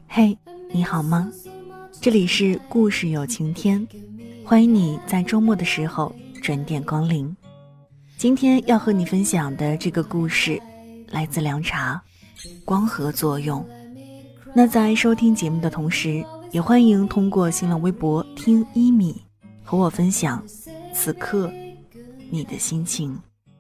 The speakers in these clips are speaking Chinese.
嘿，你好吗？这里是故事有晴天，欢迎你在周末的时候准点光临。今天要和你分享的这个故事来自凉茶，光合作用。那在收听节目的同时，也欢迎通过新浪微博听一米和我分享此刻你的心情。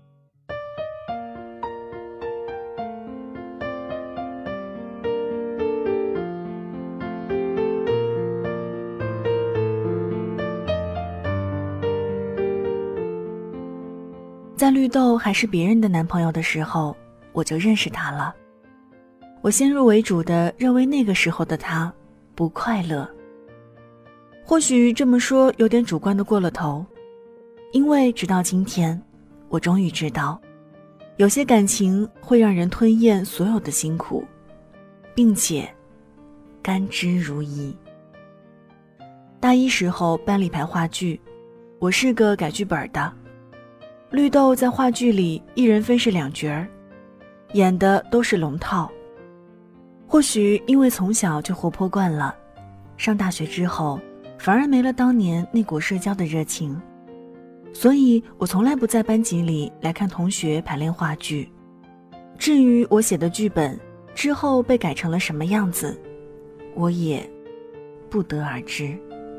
在绿豆还是别人的男朋友的时候，我就认识他了。我先入为主地认为那个时候的他不快乐。或许这么说有点主观的过了头，因为直到今天，我终于知道，有些感情会让人吞咽所有的辛苦，并且甘之如饴。大一时候班里排话剧，我是个改剧本的。绿豆在话剧里一人分饰两角，演的都是龙套。或许因为从小就活泼惯了，上大学之后反而没了当年那股社交的热情，所以我从来不在班级里来看同学排练话剧。至于我写的剧本之后被改成了什么样子，我也不得而知。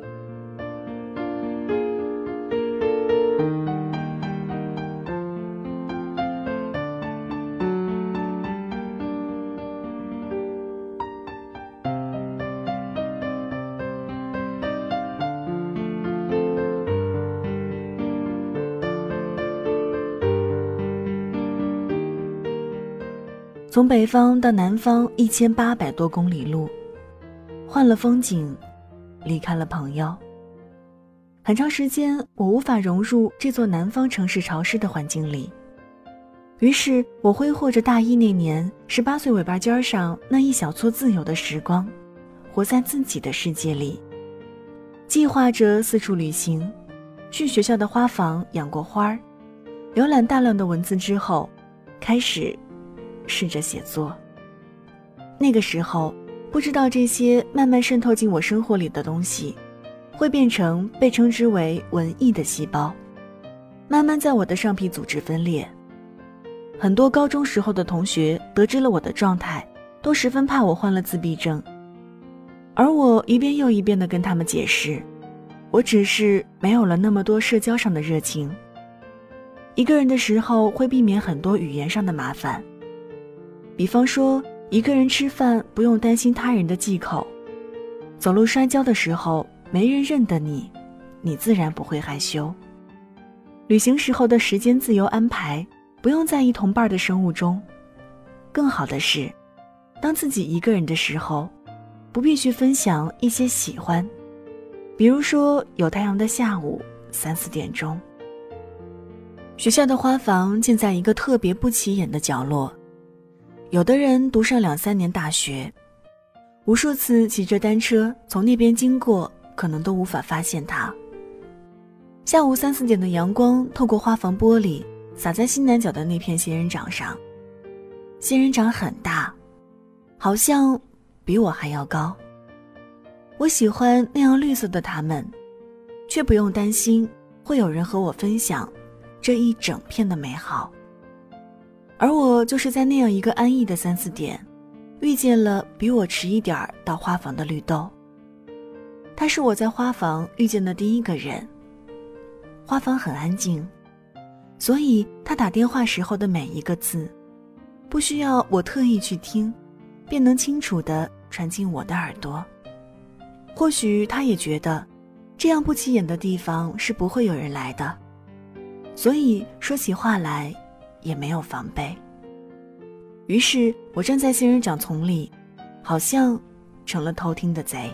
从北方到南方1800多公里路，换了风景，离开了朋友。很长时间我无法融入这座南方城市潮湿的环境里，于是我挥霍着大一那年18岁尾巴尖上那一小撮自由的时光，活在自己的世界里，计划着四处旅行，去学校的花房养过花，浏览大量的文字之后，开始试着写作。那个时候不知道这些慢慢渗透进我生活里的东西会变成被称之为文艺的细胞，慢慢在我的上皮组织分裂。很多高中时候的同学得知了我的状态，都十分怕我患了自闭症，而我一遍又一遍地跟他们解释，我只是没有了那么多社交上的热情。一个人的时候会避免很多语言上的麻烦，比方说一个人吃饭不用担心他人的忌口，走路摔跤的时候没人认得你，你自然不会害羞。旅行时候的时间自由安排，不用在意同伴的生物钟。更好的是，当自己一个人的时候，不必去分享一些喜欢，比如说有太阳的下午3、4点钟。学校的花房建在一个特别不起眼的角落，有的人读上2、3年大学，无数次骑着单车从那边经过，可能都无法发现它。下午3、4点的阳光透过花房玻璃洒在西南角的那片仙人掌上，仙人掌很大，好像比我还要高。我喜欢那样绿色的它们，却不用担心会有人和我分享这一整片的美好。而我就是在那样一个安逸的3、4点，遇见了比我迟一点到花房的绿豆。他是我在花房遇见的第一个人。花房很安静，所以他打电话时候的每一个字，不需要我特意去听，便能清楚地传进我的耳朵。或许他也觉得，这样不起眼的地方是不会有人来的，所以说起话来也没有防备。于是我站在仙人掌丛里，好像成了偷听的贼。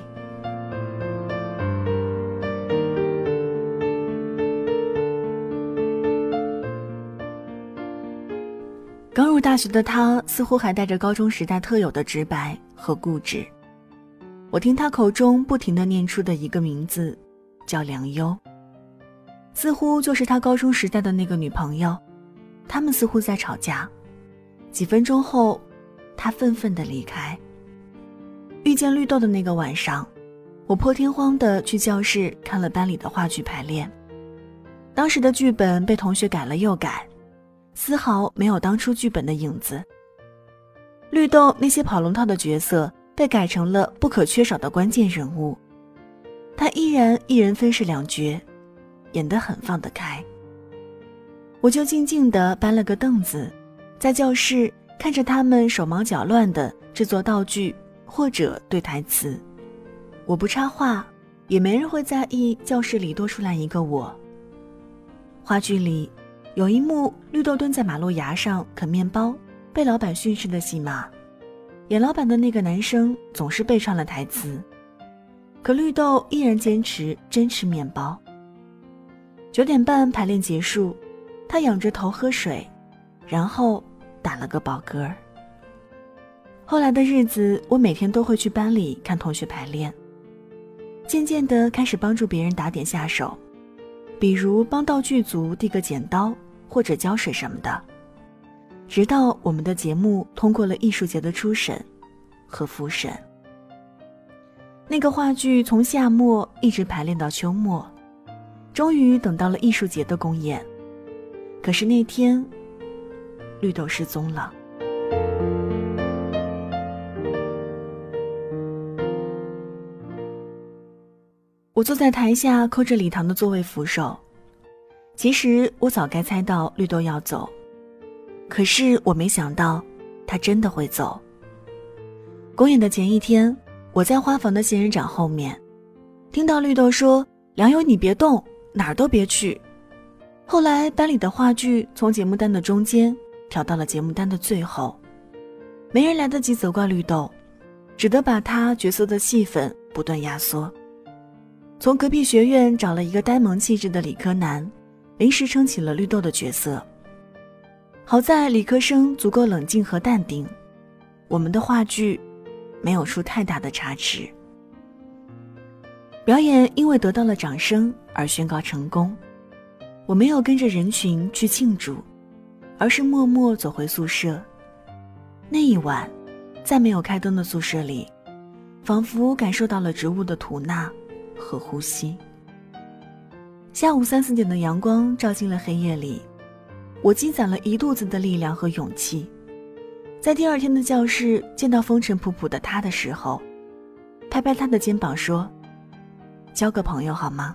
刚入大学的他似乎还带着高中时代特有的直白和固执。我听他口中不停地念出的一个名字叫梁优，似乎就是他高中时代的那个女朋友。他们似乎在吵架，几分钟后他愤愤地离开。 遇见绿豆的那个晚上，我破天荒地去教室看了班里的话剧排练。当时的剧本被同学改了又改，丝毫没有当初剧本的影子。绿豆那些跑龙套的角色被改成了不可缺少的关键人物，他依然一人分饰两角，演得很放得开。我就静静地搬了个凳子，在教室看着他们手忙脚乱地制作道具或者对台词。我不插话，也没人会在意教室里多出来一个我。话剧里有一幕，绿豆蹲在马路牙上啃面包，被老板训斥的戏码。演老板的那个男生总是背串了台词，可绿豆依然坚持真吃面包。9点半排练结束，他仰着头喝水，然后打了个饱嗝。后来的日子，我每天都会去班里看同学排练，渐渐地开始帮助别人打点下手，比如帮道具组递个剪刀或者胶水什么的，直到我们的节目通过了艺术节的初审和复审。那个话剧从夏末一直排练到秋末，终于等到了艺术节的公演。可是那天，绿豆失踪了。我坐在台下扣着礼堂的座位扶手，其实我早该猜到绿豆要走，可是我没想到他真的会走。公演的前一天，我在花房的仙人掌后面听到绿豆说：“梁友你别动，哪儿都别去。”后来班里的话剧从节目单的中间调到了节目单的最后，没人来得及责怪绿豆，只得把他角色的戏份不断压缩。从隔壁学院找了一个呆萌气质的理科男，临时撑起了绿豆的角色。好在理科生足够冷静和淡定，我们的话剧没有出太大的差池。表演因为得到了掌声而宣告成功。我没有跟着人群去庆祝，而是默默走回宿舍。那一晚，在没有开灯的宿舍里，仿佛感受到了植物的吐纳和呼吸。下午3、4点的阳光照进了黑夜里，我积攒了一肚子的力量和勇气。在第二天的教室见到风尘仆仆的他的时候，拍拍他的肩膀说：“交个朋友好吗？”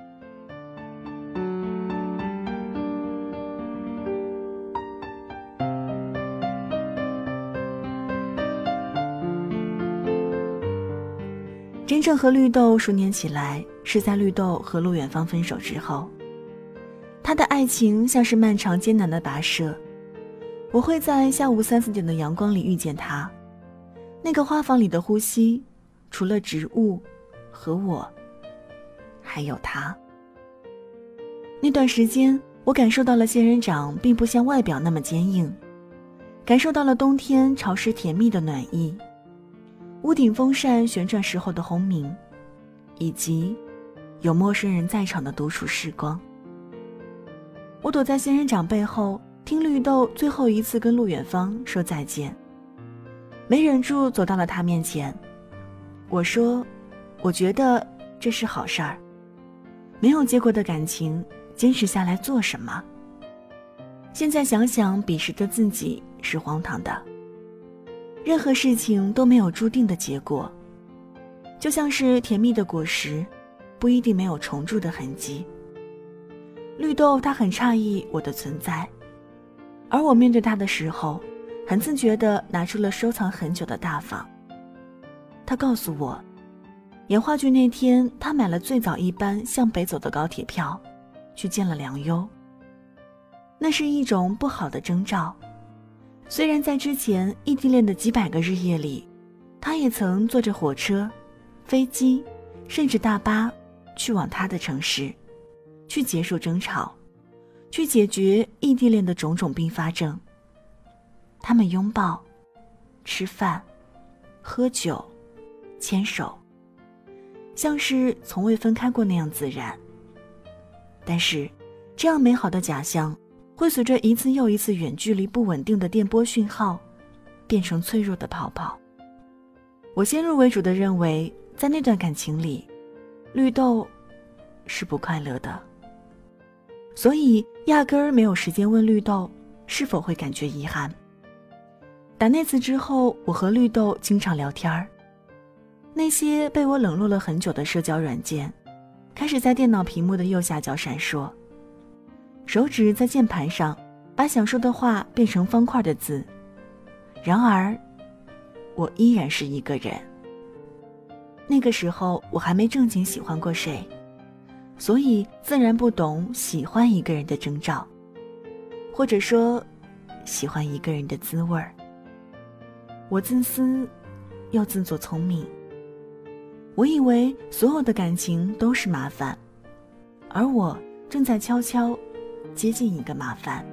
真正和绿豆熟稔起来，是在绿豆和陆远芳分手之后。他的爱情像是漫长艰难的跋涉，我会在下午3、4点的阳光里遇见他。那个花房里的呼吸，除了植物和我，还有他。那段时间，我感受到了仙人掌并不像外表那么坚硬，感受到了冬天潮湿甜蜜的暖意，屋顶风扇旋转时候的轰鸣，以及有陌生人在场的独处时光。我躲在仙人掌背后，听绿豆最后一次跟陆远芳说再见，没忍住走到了他面前。我说，我觉得这是好事儿，没有结果的感情，坚持下来做什么？现在想想，彼时的自己是荒唐的。任何事情都没有注定的结果，就像是甜蜜的果实，不一定没有虫蛀的痕迹。绿豆他很诧异我的存在，而我面对他的时候，很自觉地拿出了收藏很久的大方。他告诉我，演话剧那天，他买了最早一班向北走的高铁票，去见了梁优。那是一种不好的征兆。虽然在之前异地恋的几百个日夜里，他也曾坐着火车、飞机，甚至大巴去往他的城市，去结束争吵，去解决异地恋的种种并发症。他们拥抱、吃饭、喝酒、牵手，像是从未分开过那样自然。但是，这样美好的假象会随着一次又一次远距离不稳定的电波讯号，变成脆弱的泡泡。 我先入为主地认为，在那段感情里，绿豆是不快乐的，所以压根儿没有时间问绿豆是否会感觉遗憾。打那次之后，我和绿豆经常聊天儿，那些被我冷落了很久的社交软件开始在电脑屏幕的右下角闪烁，手指在键盘上把想说的话变成方块的字，然而我依然是一个人。那个时候我还没正经喜欢过谁，所以自然不懂喜欢一个人的征兆，或者说喜欢一个人的滋味儿。我自私又自作聪明，我以为所有的感情都是麻烦，而我正在悄悄接近一个麻烦。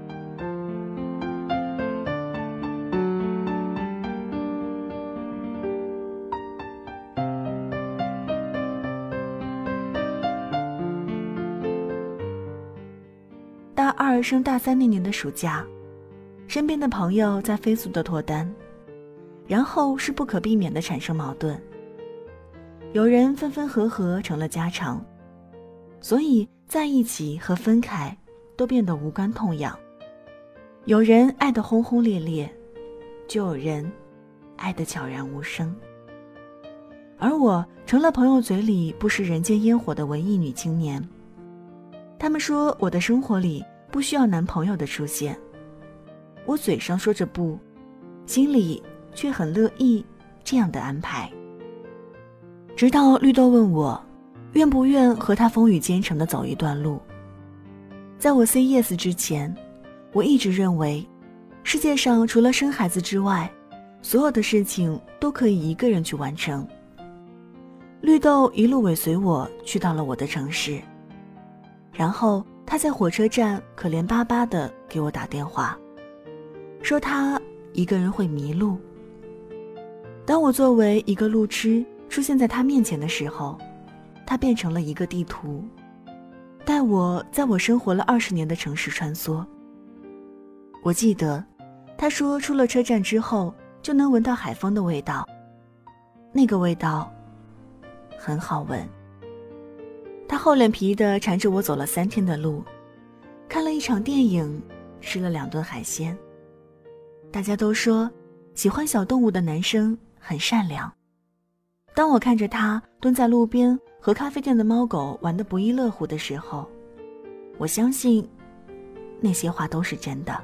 大2升大3那年的暑假，身边的朋友在飞速的脱单，然后是不可避免地产生矛盾。有人分分合合成了家常，所以在一起和分开都变得无关痛痒。有人爱得轰轰烈烈，就有人爱得悄然无声。而我成了朋友嘴里不食人间烟火的文艺女青年。他们说我的生活里不需要男朋友的出现，我嘴上说着不，心里却很乐意这样的安排。直到绿豆问我愿不愿和他风雨兼程地走一段路。在我 say yes 之前，我一直认为世界上除了生孩子之外，所有的事情都可以一个人去完成。绿豆一路尾随我去到了我的城市，然后他在火车站可怜巴巴地给我打电话，说他一个人会迷路。当我作为一个路痴出现在他面前的时候，他变成了一个地图，带我在我生活了20年的城市穿梭。我记得他说出了车站之后就能闻到海风的味道，那个味道很好闻。他厚脸皮地缠着我走了3天的路，看了一场电影，吃了2顿海鲜。大家都说喜欢小动物的男生很善良。当我看着他蹲在路边和咖啡店的猫狗玩得不亦乐乎的时候，我相信那些话都是真的。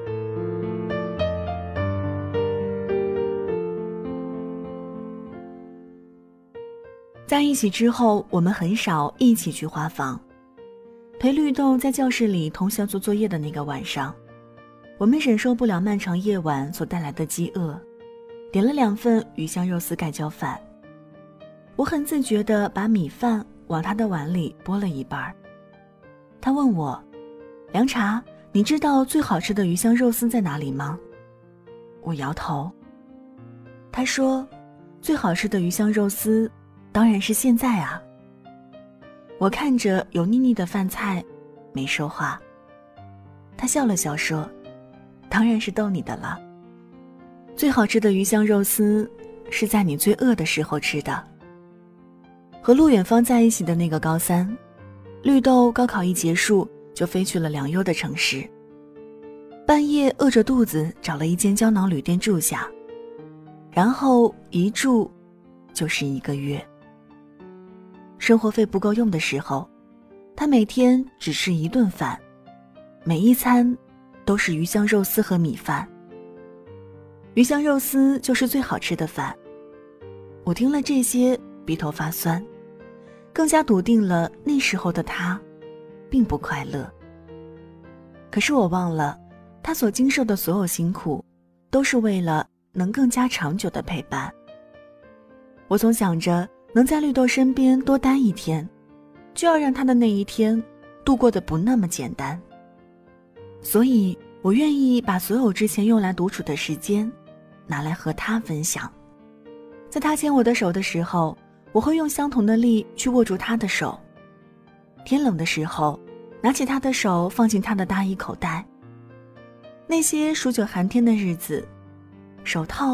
在一起之后，我们很少一起去花房。陪绿豆在教室里通宵做作业的那个晚上，我们忍受不了漫长夜晚所带来的饥饿，点了2份鱼香肉丝盖浇饭。我很自觉地把米饭往他的碗里拨了一半。他问我，凉茶，你知道最好吃的鱼香肉丝在哪里吗？我摇头。他说，最好吃的鱼香肉丝当然是现在啊。我看着油腻腻的饭菜，没说话。他笑了笑说，当然是逗你的了。最好吃的鱼香肉丝是在你最饿的时候吃的。和陆远芳在一起的那个高3，绿豆高考一结束就飞去了良优的城市，半夜饿着肚子找了一间胶囊旅店住下，然后一住就是1个月。生活费不够用的时候，他每天只吃1顿饭，每一餐都是鱼香肉丝和米饭。鱼香肉丝就是最好吃的饭。我听了这些，鼻头发酸，更加笃定了那时候的他并不快乐。可是我忘了，他所经受的所有辛苦都是为了能更加长久的陪伴。我总想着能在绿豆身边多待1天，就要让他的那一天度过得不那么简单。所以我愿意把所有之前用来独处的时间拿来和他分享。在他牵我的手的时候，我会用相同的力去握住他的手。天冷的时候，拿起他的手放进他的大衣口袋。那些数9寒天的日子，手套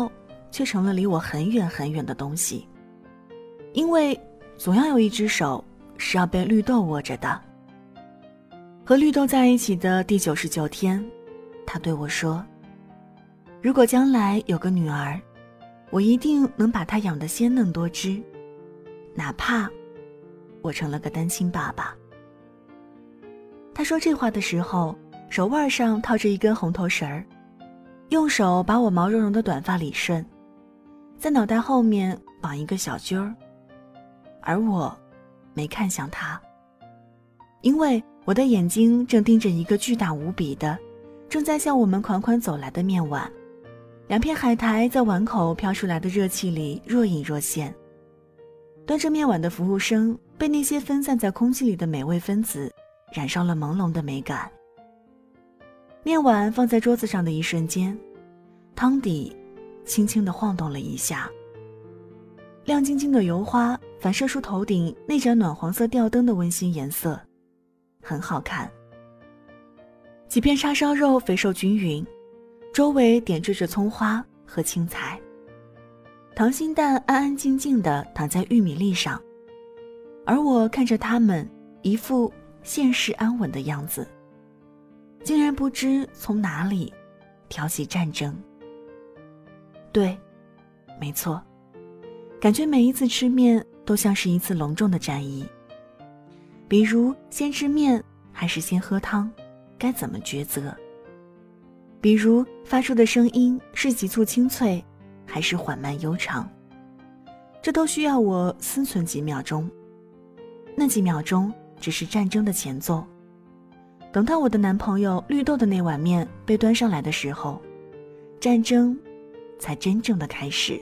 却成了离我很远很远的东西。因为总要有一只手是要被绿豆握着的。和绿豆在一起的第99天，他对我说，如果将来有个女儿，我一定能把她养得鲜嫩多汁，哪怕我成了个单亲爸爸。他说这话的时候，手腕上套着一根红头绳儿，用手把我毛茸茸的短发理顺，在脑袋后面绑一个小揪儿。而我没看向他，因为我的眼睛正盯着一个巨大无比的正在向我们款款走来的面碗，两片海苔在碗口飘出来的热气里若隐若现。端着面碗的服务生被那些分散在空气里的美味分子染上了朦胧的美感。面碗放在桌子上的一瞬间，汤底轻轻地晃动了一下，亮晶晶的油花反射出头顶那盏暖黄色吊灯的温馨颜色，很好看。几片叉烧肉肥瘦均匀，周围点缀着葱花和青菜，溏心蛋安安静静地躺在玉米粒上，而我看着它们一副现世安稳的样子，竟然不知从哪里挑起战争。对，没错，感觉每一次吃面都像是一次隆重的战役。比如先吃面还是先喝汤，该怎么抉择？比如发出的声音是急促清脆还是缓慢悠长，这都需要我思忖几秒钟。那几秒钟只是战争的前奏。等到我的男朋友绿豆的那碗面被端上来的时候，战争才真正的开始。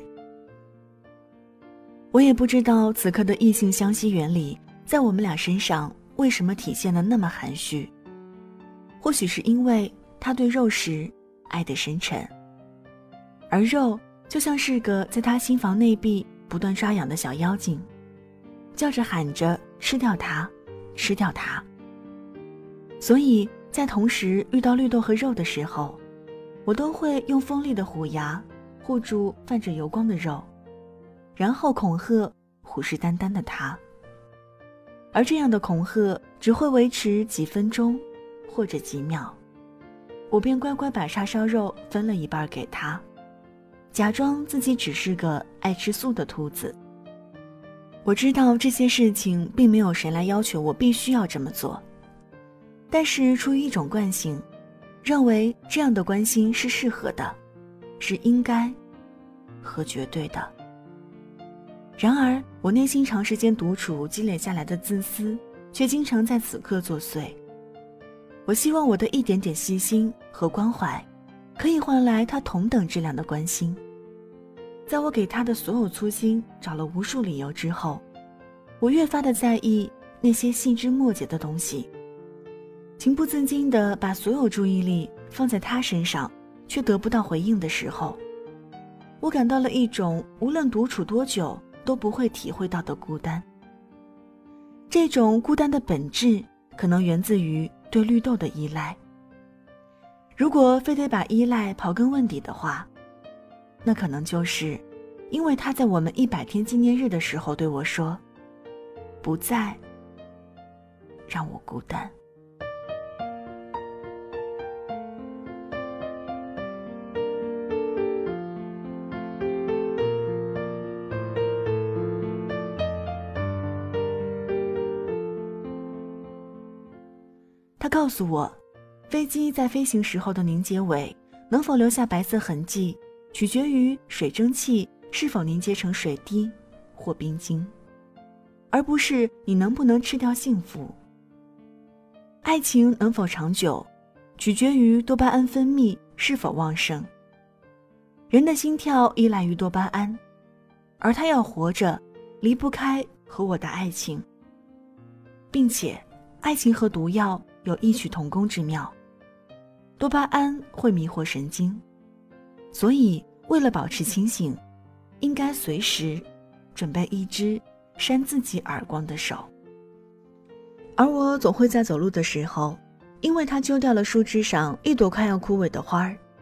我也不知道此刻的异性相吸原理在我们俩身上为什么体现得那么含蓄。或许是因为他对肉食爱得深沉，而肉就像是个在他心房内壁不断抓痒的小妖精，叫着喊着吃掉它，吃掉它。所以在同时遇到绿豆和肉的时候，我都会用锋利的虎牙护住泛着油光的肉，然后恐吓虎视眈眈的他。而这样的恐吓只会维持几分钟或者几秒，我便乖乖把叉烧肉分了一半给他，假装自己只是个爱吃素的兔子。我知道这些事情并没有谁来要求我必须要这么做，但是出于一种惯性，认为这样的关心是适合的，是应该和绝对的。然而我内心长时间独处积累下来的自私却经常在此刻作祟。我希望我的一点点细心和关怀可以换来他同等质量的关心。在我给他的所有粗心找了无数理由之后，我越发的在意那些细枝末节的东西，情不自禁地把所有注意力放在他身上，却得不到回应的时候，我感到了一种无论独处多久都不会体会到的孤单。这种孤单的本质可能源自于对绿豆的依赖。如果非得把依赖刨根问底的话，那可能就是因为他在我们100天纪念日的时候对我说，不再让我孤单。他告诉我，飞机在飞行时候的凝结尾能否留下白色痕迹，取决于水蒸气是否凝结成水滴或冰晶，而不是你能不能吃掉幸福。爱情能否长久，取决于多巴胺分泌是否旺盛。人的心跳依赖于多巴胺，而他要活着，离不开和我的爱情，并且爱情和毒药有异曲同工之妙。多巴胺会迷惑神经，所以为了保持清醒，应该随时准备一只扇自己耳光的手。而我总会在走路的时候，因为它揪掉了树枝上一朵快要枯萎的花儿，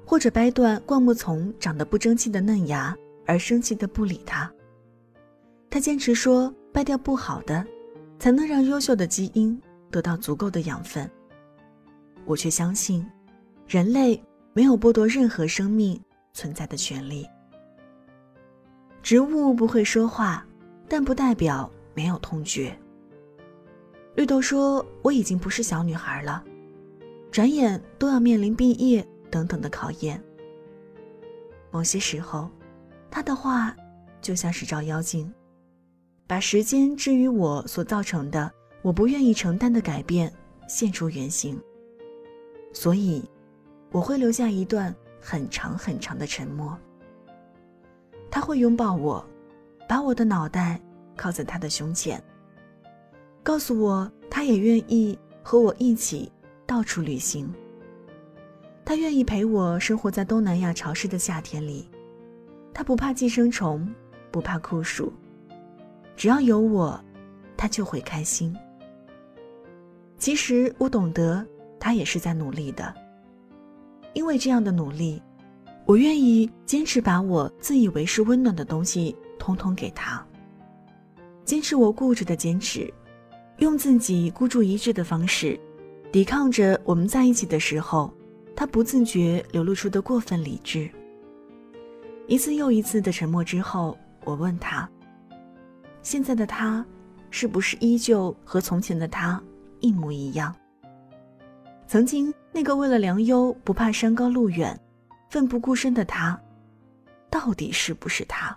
或者掰断灌木丛长得不争气的嫩芽而生气地不理他。他坚持说掰掉不好的，才能让优秀的基因得到足够的养分。我却相信，人类没有剥夺任何生命存在的权利。植物不会说话，但不代表没有痛觉。绿豆说，我已经不是小女孩了，转眼都要面临毕业等等的考验。某些时候，他的话就像是照妖镜，把时间置于我所造成的我不愿意承担的改变现出原形。所以我会留下一段很长很长的沉默。他会拥抱我，把我的脑袋靠在他的胸前，告诉我他也愿意和我一起到处旅行。他愿意陪我生活在东南亚潮湿的夏天里，他不怕寄生虫，不怕酷暑，只要有我，他就会开心。其实我懂得他也是在努力的，因为这样的努力，我愿意坚持把我自以为是温暖的东西通通给他，坚持我固执的坚持，用自己孤注一掷的方式抵抗着我们在一起的时候他不自觉流露出的过分理智。一次又一次的沉默之后，我问他，现在的他是不是依旧和从前的他一模一样？曾经那个为了良优不怕山高路远奋不顾身的他，到底是不是他？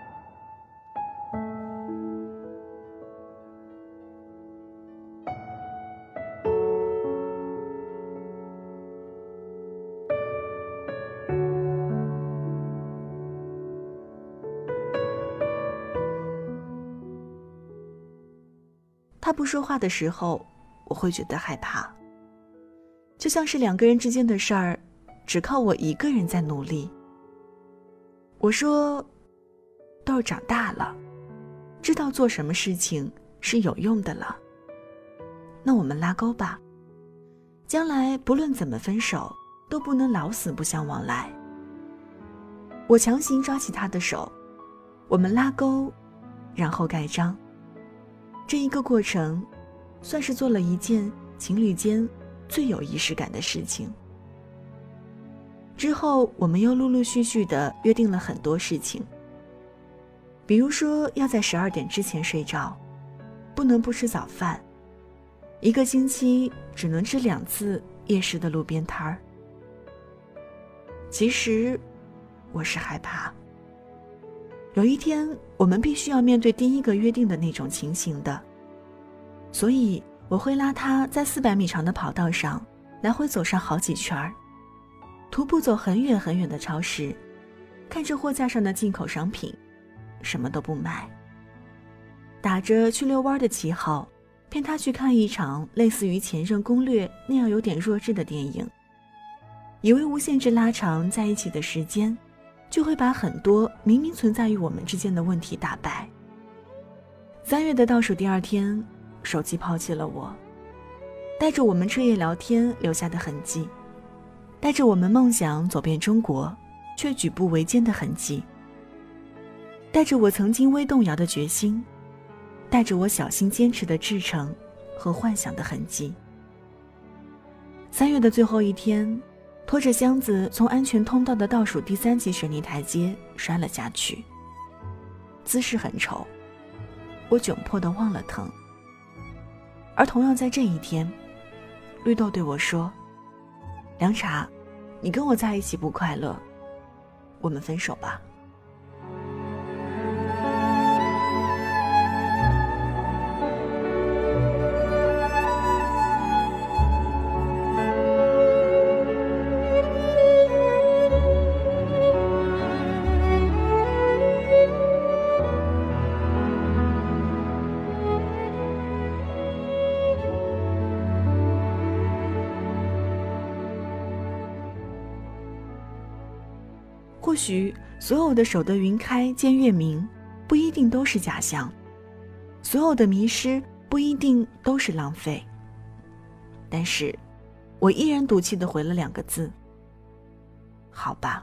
他不说话的时候，我会觉得害怕，就像是两个人之间的事儿只靠我一个人在努力。我说，豆儿长大了，知道做什么事情是有用的了，那我们拉钩吧，将来不论怎么分手都不能老死不相往来。我强行抓起他的手，我们拉钩，然后盖章。这一个过程算是做了一件情侣间最有仪式感的事情。之后我们又陆陆续续地约定了很多事情，比如说要在12点之前睡着，不能不吃早饭，一个星期只能吃2次夜市的路边摊儿。其实我是害怕有一天我们必须要面对第一个约定的那种情形的，所以我会拉他在400米长的跑道上来回走上好几圈，徒步走很远很远的超市，看着货架上的进口商品，什么都不买，打着去遛弯的旗号骗他去看一场类似于《前任攻略》那样有点弱智的电影，以为无限制拉长在一起的时间就会把很多明明存在于我们之间的问题打败。3月的倒数第2天，手机抛弃了我，带着我们彻夜聊天留下的痕迹，带着我们梦想走遍中国却举步维艰的痕迹，带着我曾经微动摇的决心，带着我小心坚持的志诚和幻想的痕迹。3月的最后一天，拖着箱子从安全通道的倒数第3级水泥台阶摔了下去，姿势很丑，我窘迫地忘了疼。而同样在这一天，绿豆对我说，凉茶，你跟我在一起不快乐，我们分手吧。或许所有的守得云开见月明不一定都是假象，所有的迷失不一定都是浪费，但是我依然赌气地回了2个字， 好吧。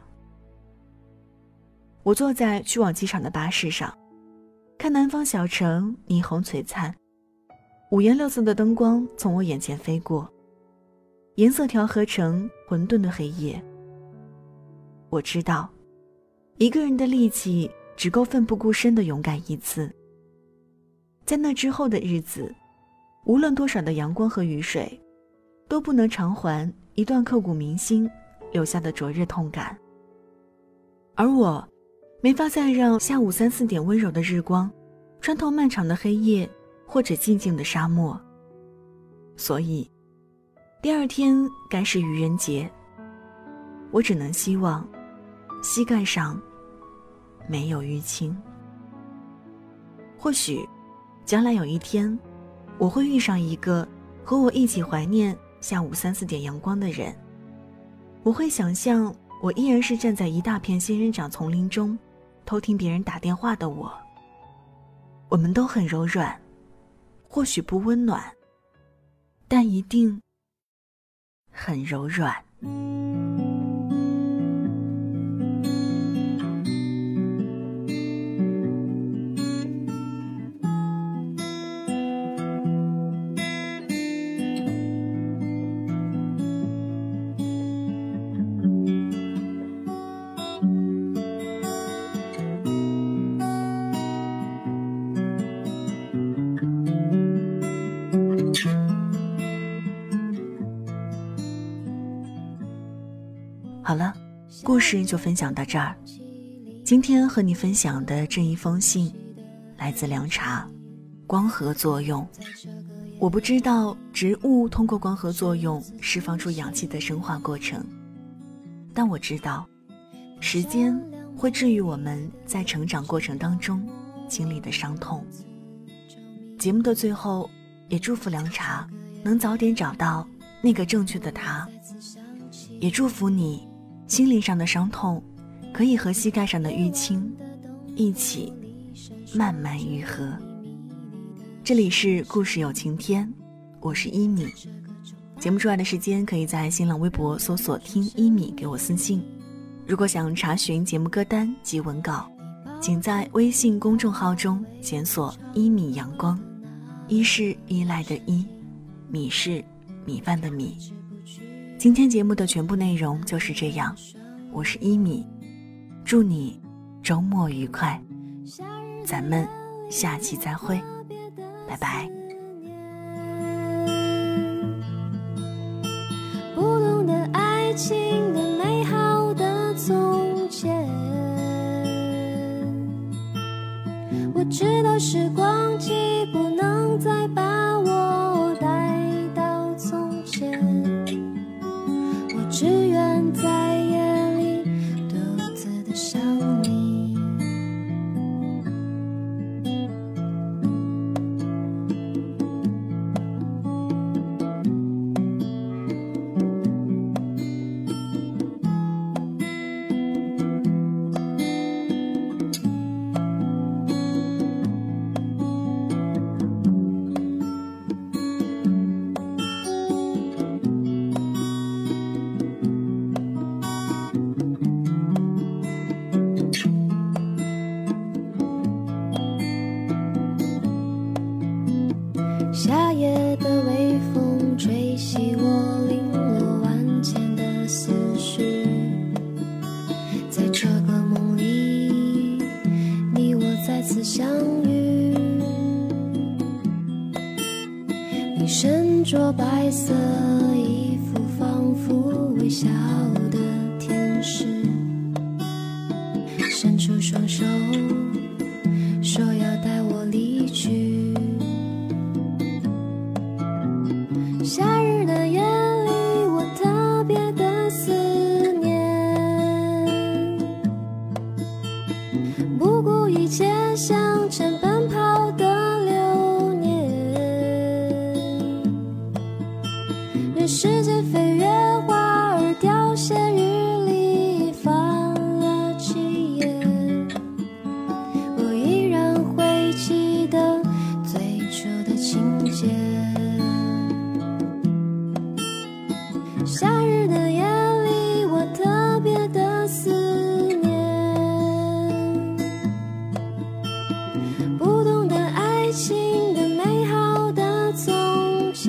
我坐在去往机场的巴士上，看南方小城霓虹璀璨，五颜六色的灯光从我眼前飞过，颜色调和成混沌的黑夜。我知道，一个人的力气只够奋不顾身地勇敢一次，在那之后的日子，无论多少的阳光和雨水，都不能偿还一段刻骨铭心留下的灼热痛感。而我没法再让下午3、4点温柔的日光穿透漫长的黑夜或者静静的沙漠，所以第二天该是愚人节，我只能希望膝盖上没有淤青。或许将来有一天，我会遇上一个和我一起怀念下午3、4点阳光的人，我会想象我依然是站在一大片仙人掌丛林中偷听别人打电话的我。我们都很柔软，或许不温暖，但一定很柔软。好了，故事就分享到这儿。今天和你分享的这一封信来自凉茶，光合作用。我不知道植物通过光合作用释放出氧气的生化过程，但我知道时间会治愈我们在成长过程当中经历的伤痛。节目的最后，也祝福凉茶能早点找到那个正确的他，也祝福你心灵上的伤痛可以和膝盖上的淤青一起慢慢愈合。这里是故事有晴天，我是一米。节目之外的时间可以在新浪微博搜索听一米给我私信。如果想查询节目歌单及文稿，请在微信公众号中检索一米阳光，一是依赖的依，米是米饭的米。今天节目的全部内容就是这样，我是一米，祝你周末愉快，咱们下期再会，拜拜。 不懂得爱情的美好的从前，我知道时光机不能再把我带到从前，我只愿在夜里独自的想你。夏夜的微风吹袭我零落万千的思绪，在这个梦里，你我再次相遇。你身着白色衣服，仿佛微笑的天使，伸出双手，说要带我离去。夏日的夜里，我特别的思念，不顾一切向前奔跑的流年，任世界飞越花儿凋谢，日历翻了7页，我依然会记得最初的情节。夏日的夜里，我特别的不懂得爱情的美好的从前。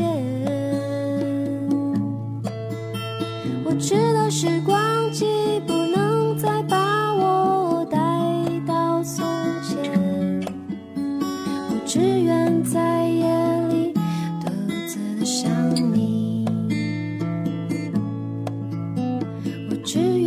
我知道时光机不能再把我带到从前，我只愿在夜里独自的想你，我只愿